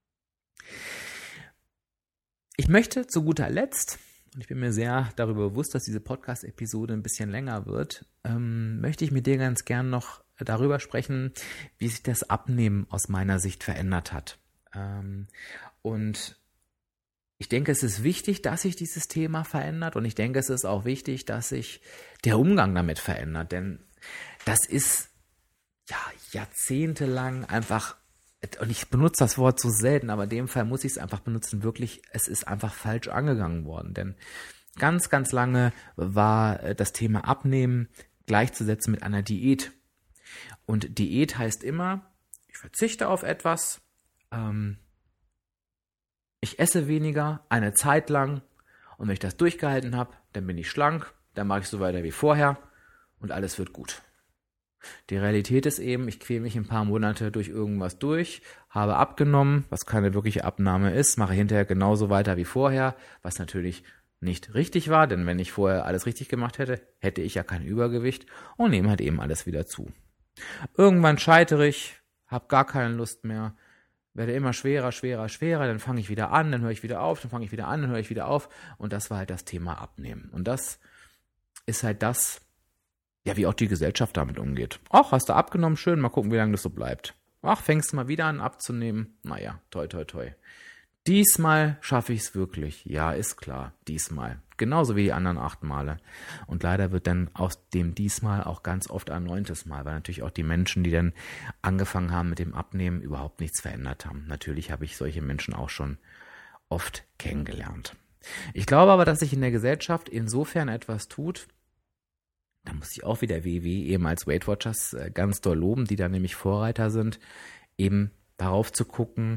Ich möchte zu guter Letzt, und ich bin mir sehr darüber bewusst, dass diese Podcast-Episode ein bisschen länger wird, ähm, möchte ich mit dir ganz gern noch darüber sprechen, wie sich das Abnehmen aus meiner Sicht verändert hat. Ähm, und ich denke, es ist wichtig, dass sich dieses Thema verändert und ich denke, es ist auch wichtig, dass sich der Umgang damit verändert, denn das ist ja jahrzehntelang einfach, und ich benutze das Wort so selten, aber in dem Fall muss ich es einfach benutzen, wirklich, es ist einfach falsch angegangen worden, denn ganz, ganz lange war das Thema Abnehmen gleichzusetzen mit einer Diät. Und Diät heißt immer, ich verzichte auf etwas, ähm, ich esse weniger, eine Zeit lang, und wenn ich das durchgehalten habe, dann bin ich schlank, dann mache ich so weiter wie vorher und alles wird gut. Die Realität ist eben, ich quäle mich ein paar Monate durch irgendwas durch, habe abgenommen, was keine wirkliche Abnahme ist, mache hinterher genauso weiter wie vorher, was natürlich nicht richtig war, denn wenn ich vorher alles richtig gemacht hätte, hätte ich ja kein Übergewicht und nehme halt eben alles wieder zu. Irgendwann scheitere ich, habe gar keine Lust mehr, werde immer schwerer, schwerer, schwerer, dann fange ich wieder an, dann höre ich wieder auf, dann fange ich wieder an, dann höre ich wieder auf und das war halt das Thema Abnehmen. Und das ist halt das, ja, wie auch die Gesellschaft damit umgeht. Ach, hast du abgenommen, schön, mal gucken, wie lange das so bleibt. Ach, fängst du mal wieder an abzunehmen? Naja, toi, toi, toi. Diesmal schaffe ich es wirklich. Ja, ist klar, diesmal. Genauso wie die anderen acht Male. Und leider wird dann aus dem diesmal auch ganz oft ein neuntes Mal, weil natürlich auch die Menschen, die dann angefangen haben mit dem Abnehmen, überhaupt nichts verändert haben. Natürlich habe ich solche Menschen auch schon oft kennengelernt. Ich glaube aber, dass sich in der Gesellschaft insofern etwas tut, da muss ich auch wieder W W, eben als Weight Watchers, ganz doll loben, die da nämlich Vorreiter sind, eben darauf zu gucken,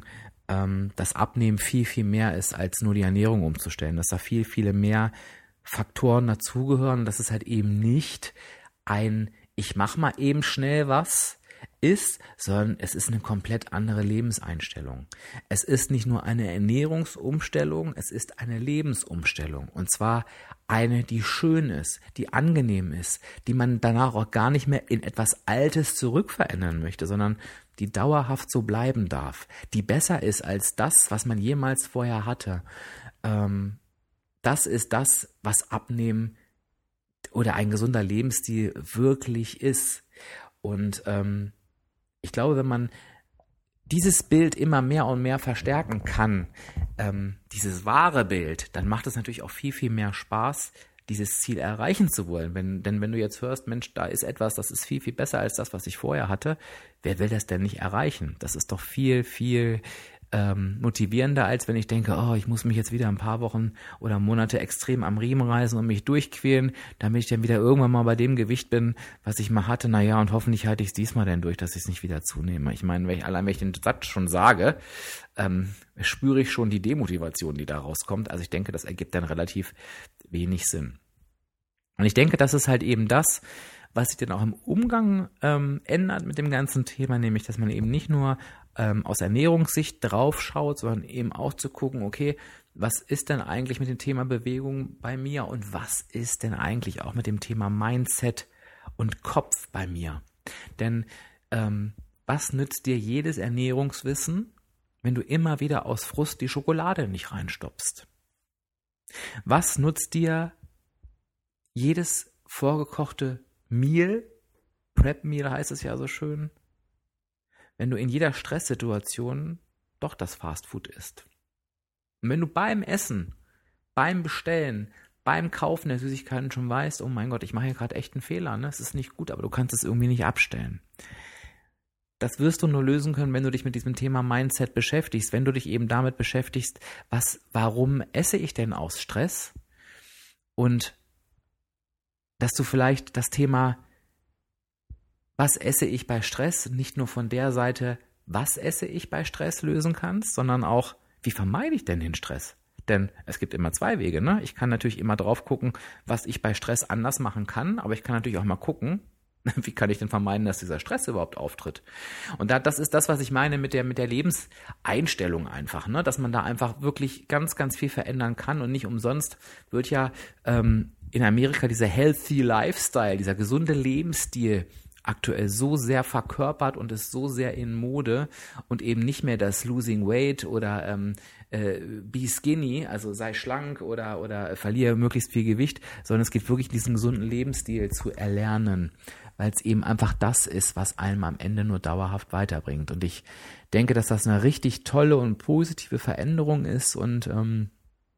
ähm, dass Abnehmen viel, viel mehr ist, als nur die Ernährung umzustellen, dass da viel, viele mehr Faktoren dazugehören, dass es halt eben nicht ein, ich mach mal eben schnell was ist, sondern es ist eine komplett andere Lebenseinstellung. Es ist nicht nur eine Ernährungsumstellung, es ist eine Lebensumstellung. Und zwar eine, die schön ist, die angenehm ist, die man danach auch gar nicht mehr in etwas Altes zurückverändern möchte, sondern die dauerhaft so bleiben darf, die besser ist als das, was man jemals vorher hatte. Ähm, das ist das, was Abnehmen oder ein gesunder Lebensstil wirklich ist. Und ähm, ich glaube, wenn man dieses Bild immer mehr und mehr verstärken kann, ähm, dieses wahre Bild, dann macht es natürlich auch viel, viel mehr Spaß, dieses Ziel erreichen zu wollen. Wenn, denn wenn du jetzt hörst, Mensch, da ist etwas, das ist viel, viel besser als das, was ich vorher hatte, wer will das denn nicht erreichen? Das ist doch viel, viel ähm, motivierender, als wenn ich denke, oh, ich muss mich jetzt wieder ein paar Wochen oder Monate extrem am Riemen reißen und mich durchquälen, damit ich dann wieder irgendwann mal bei dem Gewicht bin, was ich mal hatte. Naja, und hoffentlich halte ich es diesmal denn durch, dass ich es nicht wieder zunehme. Ich meine, wenn ich, allein wenn ich den Satz schon sage, ähm, spüre ich schon die Demotivation, die da rauskommt. Also ich denke, das ergibt dann relativ wenig Sinn. Und ich denke, das ist halt eben das, was sich dann auch im Umgang ähm, ändert mit dem ganzen Thema, nämlich, dass man eben nicht nur ähm, aus Ernährungssicht drauf schaut, sondern eben auch zu gucken, okay, was ist denn eigentlich mit dem Thema Bewegung bei mir und was ist denn eigentlich auch mit dem Thema Mindset und Kopf bei mir? Denn ähm, was nützt dir jedes Ernährungswissen, wenn du immer wieder aus Frust die Schokolade nicht reinstopfst? Was nutzt dir jedes vorgekochte Meal, Prep Meal heißt es ja so schön, wenn du in jeder Stresssituation doch das Fastfood isst? Und wenn du beim Essen, beim Bestellen, beim Kaufen der Süßigkeiten schon weißt, oh mein Gott, ich mache hier gerade echt einen Fehler, ne? Es ist nicht gut, aber du kannst es irgendwie nicht abstellen. Das wirst du nur lösen können, wenn du dich mit diesem Thema Mindset beschäftigst, wenn du dich eben damit beschäftigst, was, warum esse ich denn aus Stress? Und dass du vielleicht das Thema, was esse ich bei Stress, nicht nur von der Seite, was esse ich bei Stress lösen kannst, sondern auch, wie vermeide ich denn den Stress? Denn es gibt immer zwei Wege, ne? Ich kann natürlich immer drauf gucken, was ich bei Stress anders machen kann, aber ich kann natürlich auch mal gucken, wie kann ich denn vermeiden, dass dieser Stress überhaupt auftritt? Und da, das ist das, was ich meine mit der, mit der Lebenseinstellung einfach, ne? Dass man da einfach wirklich ganz, ganz viel verändern kann und nicht umsonst wird ja ähm, in Amerika dieser Healthy Lifestyle, dieser gesunde Lebensstil aktuell so sehr verkörpert und ist so sehr in Mode und eben nicht mehr das Losing Weight oder ähm, äh, Be Skinny, also sei schlank oder, oder verliere möglichst viel Gewicht, sondern es geht wirklich diesen gesunden Lebensstil zu erlernen, weil es eben einfach das ist, was einem am Ende nur dauerhaft weiterbringt. Und ich denke, dass das eine richtig tolle und positive Veränderung ist und ähm,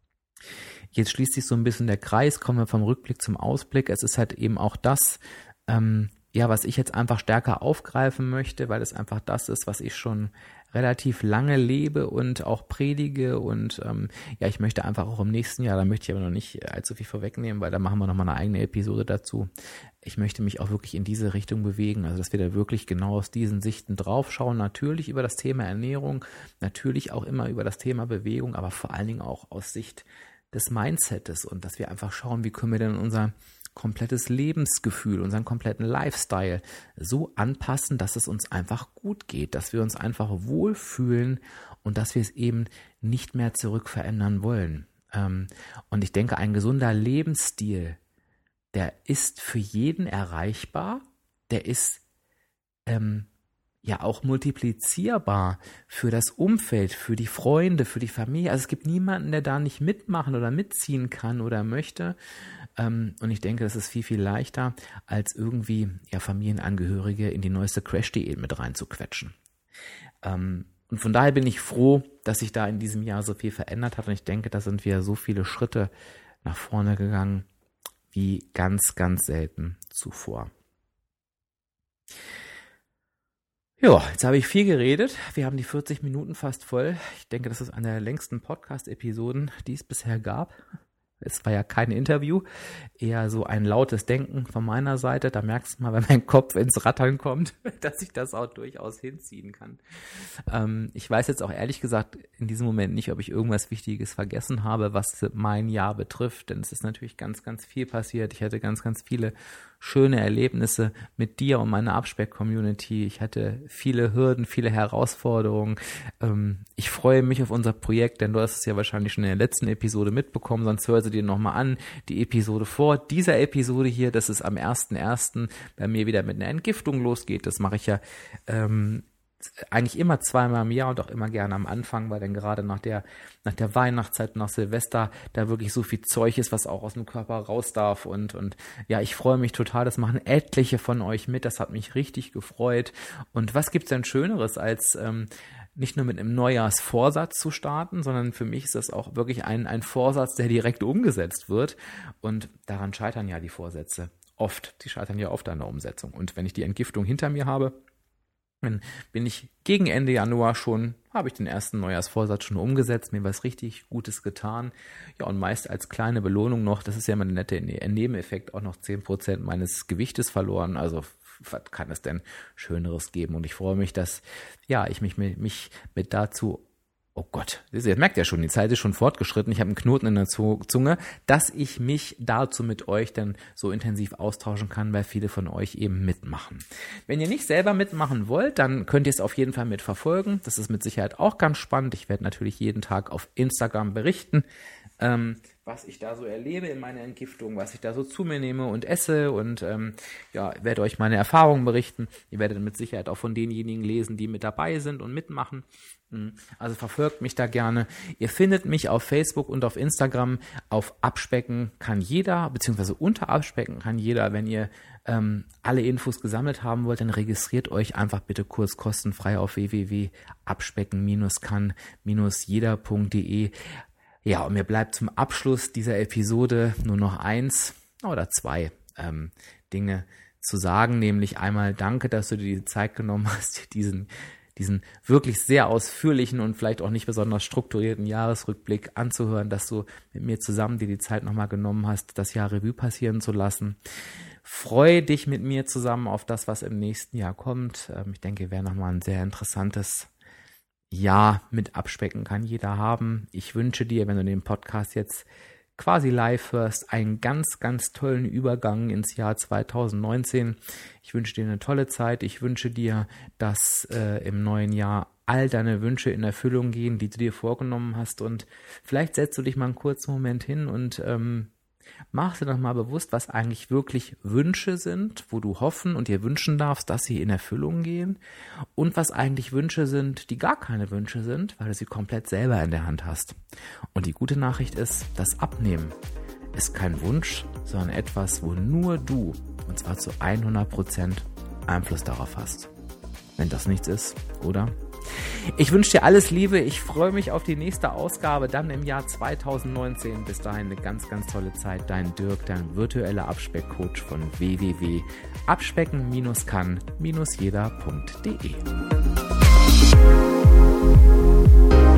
jetzt schließt sich so ein bisschen der Kreis, kommen wir vom Rückblick zum Ausblick. Es ist halt eben auch das, ähm, ja, was ich jetzt einfach stärker aufgreifen möchte, weil es einfach das ist, was ich schon relativ lange lebe und auch predige und ähm, ja, ich möchte einfach auch im nächsten Jahr, da möchte ich aber noch nicht allzu viel vorwegnehmen, weil da machen wir nochmal eine eigene Episode dazu. Ich möchte mich auch wirklich in diese Richtung bewegen, also dass wir da wirklich genau aus diesen Sichten draufschauen, natürlich über das Thema Ernährung, natürlich auch immer über das Thema Bewegung, aber vor allen Dingen auch aus Sicht des Mindsets und dass wir einfach schauen, wie können wir denn unser komplettes Lebensgefühl, unseren kompletten Lifestyle so anpassen, dass es uns einfach gut geht, dass wir uns einfach wohlfühlen und dass wir es eben nicht mehr zurückverändern wollen. Und ich denke, ein gesunder Lebensstil, der ist für jeden erreichbar, der ist ähm, ja auch multiplizierbar für das Umfeld, für die Freunde, für die Familie. Also es gibt niemanden, der da nicht mitmachen oder mitziehen kann oder möchte. Und ich denke, das ist viel, viel leichter, als irgendwie ja, Familienangehörige in die neueste Crash-Diät mit reinzuquetschen. Und von daher bin ich froh, dass sich da in diesem Jahr so viel verändert hat. Und ich denke, da sind wir so viele Schritte nach vorne gegangen, wie ganz, ganz selten zuvor. Ja, jetzt habe ich viel geredet. Wir haben die vierzig Minuten fast voll. Ich denke, das ist eine der längsten Podcast-Episoden, die es bisher gab. Es war ja kein Interview, eher so ein lautes Denken von meiner Seite. Da merkst du mal, wenn mein Kopf ins Rattern kommt, dass ich das auch durchaus hinziehen kann. Ähm, ich weiß jetzt auch ehrlich gesagt in diesem Moment nicht, ob ich irgendwas Wichtiges vergessen habe, was mein Jahr betrifft. Denn es ist natürlich ganz, ganz viel passiert. Ich hatte ganz, ganz viele schöne Erlebnisse mit dir und meiner Abspeck-Community. Ich hatte viele Hürden, viele Herausforderungen. Ähm, ich freue mich auf unser Projekt, denn du hast es ja wahrscheinlich schon in der letzten Episode mitbekommen, sonst hör sie dir nochmal an. Die Episode vor dieser Episode hier, dass es am ersten ersten bei mir wieder mit einer Entgiftung losgeht. Das mache ich ja ähm, eigentlich immer zweimal im Jahr und auch immer gerne am Anfang, weil dann gerade nach der nach der Weihnachtszeit, nach Silvester, da wirklich so viel Zeug ist, was auch aus dem Körper raus darf und und ja, ich freue mich total, das machen etliche von euch mit, das hat mich richtig gefreut. Und was gibt's denn Schöneres, als ähm, nicht nur mit einem Neujahrsvorsatz zu starten, sondern für mich ist das auch wirklich ein ein Vorsatz, der direkt umgesetzt wird, und daran scheitern ja die Vorsätze oft, die scheitern ja oft an der Umsetzung. Und wenn ich die Entgiftung hinter mir habe, dann bin ich gegen Ende Januar schon, habe ich den ersten Neujahrsvorsatz schon umgesetzt, mir was richtig Gutes getan. Ja, und meist als kleine Belohnung noch, das ist ja immer ein netter Nebeneffekt, auch noch zehn Prozent meines Gewichtes verloren. Also was kann es denn Schöneres geben? Und ich freue mich, dass ja ich mich, mich mit dazu, oh Gott, ihr merkt ja schon, die Zeit ist schon fortgeschritten, ich habe einen Knoten in der Zunge, dass ich mich dazu mit euch dann so intensiv austauschen kann, weil viele von euch eben mitmachen. Wenn ihr nicht selber mitmachen wollt, dann könnt ihr es auf jeden Fall mitverfolgen. Das ist mit Sicherheit auch ganz spannend. Ich werde natürlich jeden Tag auf Instagram berichten, ähm, was ich da so erlebe in meiner Entgiftung, was ich da so zu mir nehme und esse, und ähm, ja, werde euch meine Erfahrungen berichten. Ihr werdet mit Sicherheit auch von denjenigen lesen, die mit dabei sind und mitmachen. Also verfolgt mich da gerne. Ihr findet mich auf Facebook und auf Instagram. Auf Abspecken kann jeder, beziehungsweise unter Abspecken kann jeder. Wenn ihr ähm, alle Infos gesammelt haben wollt, dann registriert euch einfach bitte kurz kostenfrei auf w w w punkt abspecken kann jeder punkt d e. Ja, und mir bleibt zum Abschluss dieser Episode nur noch eins oder zwei ähm, Dinge zu sagen, nämlich einmal danke, dass du dir die Zeit genommen hast, diesen diesen wirklich sehr ausführlichen und vielleicht auch nicht besonders strukturierten Jahresrückblick anzuhören, dass du mit mir zusammen dir die Zeit nochmal genommen hast, das Jahr Revue passieren zu lassen. Freue dich mit mir zusammen auf das, was im nächsten Jahr kommt. Ich denke, wäre nochmal ein sehr interessantes Jahr mit Abspecken kann jeder haben. Ich wünsche dir, wenn du den Podcast jetzt quasi live hörst, einen ganz, ganz tollen Übergang ins Jahr zwanzig neunzehn. Ich wünsche dir eine tolle Zeit. Ich wünsche dir, dass äh, im neuen Jahr all deine Wünsche in Erfüllung gehen, die du dir vorgenommen hast. Und vielleicht setzt du dich mal einen kurzen Moment hin und ähm, machst dir doch mal bewusst, was eigentlich wirklich Wünsche sind, wo du hoffen und dir wünschen darfst, dass sie in Erfüllung gehen, und was eigentlich Wünsche sind, die gar keine Wünsche sind, weil du sie komplett selber in der Hand hast. Und die gute Nachricht ist, das Abnehmen ist kein Wunsch, sondern etwas, wo nur du, und zwar zu hundert Prozent, Einfluss darauf hast. Wenn das nichts ist, oder? Ich wünsche dir alles Liebe. Ich freue mich auf die nächste Ausgabe dann im Jahr zwanzig neunzehn. Bis dahin eine ganz, ganz tolle Zeit. Dein Dirk, dein virtueller Abspeckcoach von w w w punkt abspecken kann jeder punkt d e.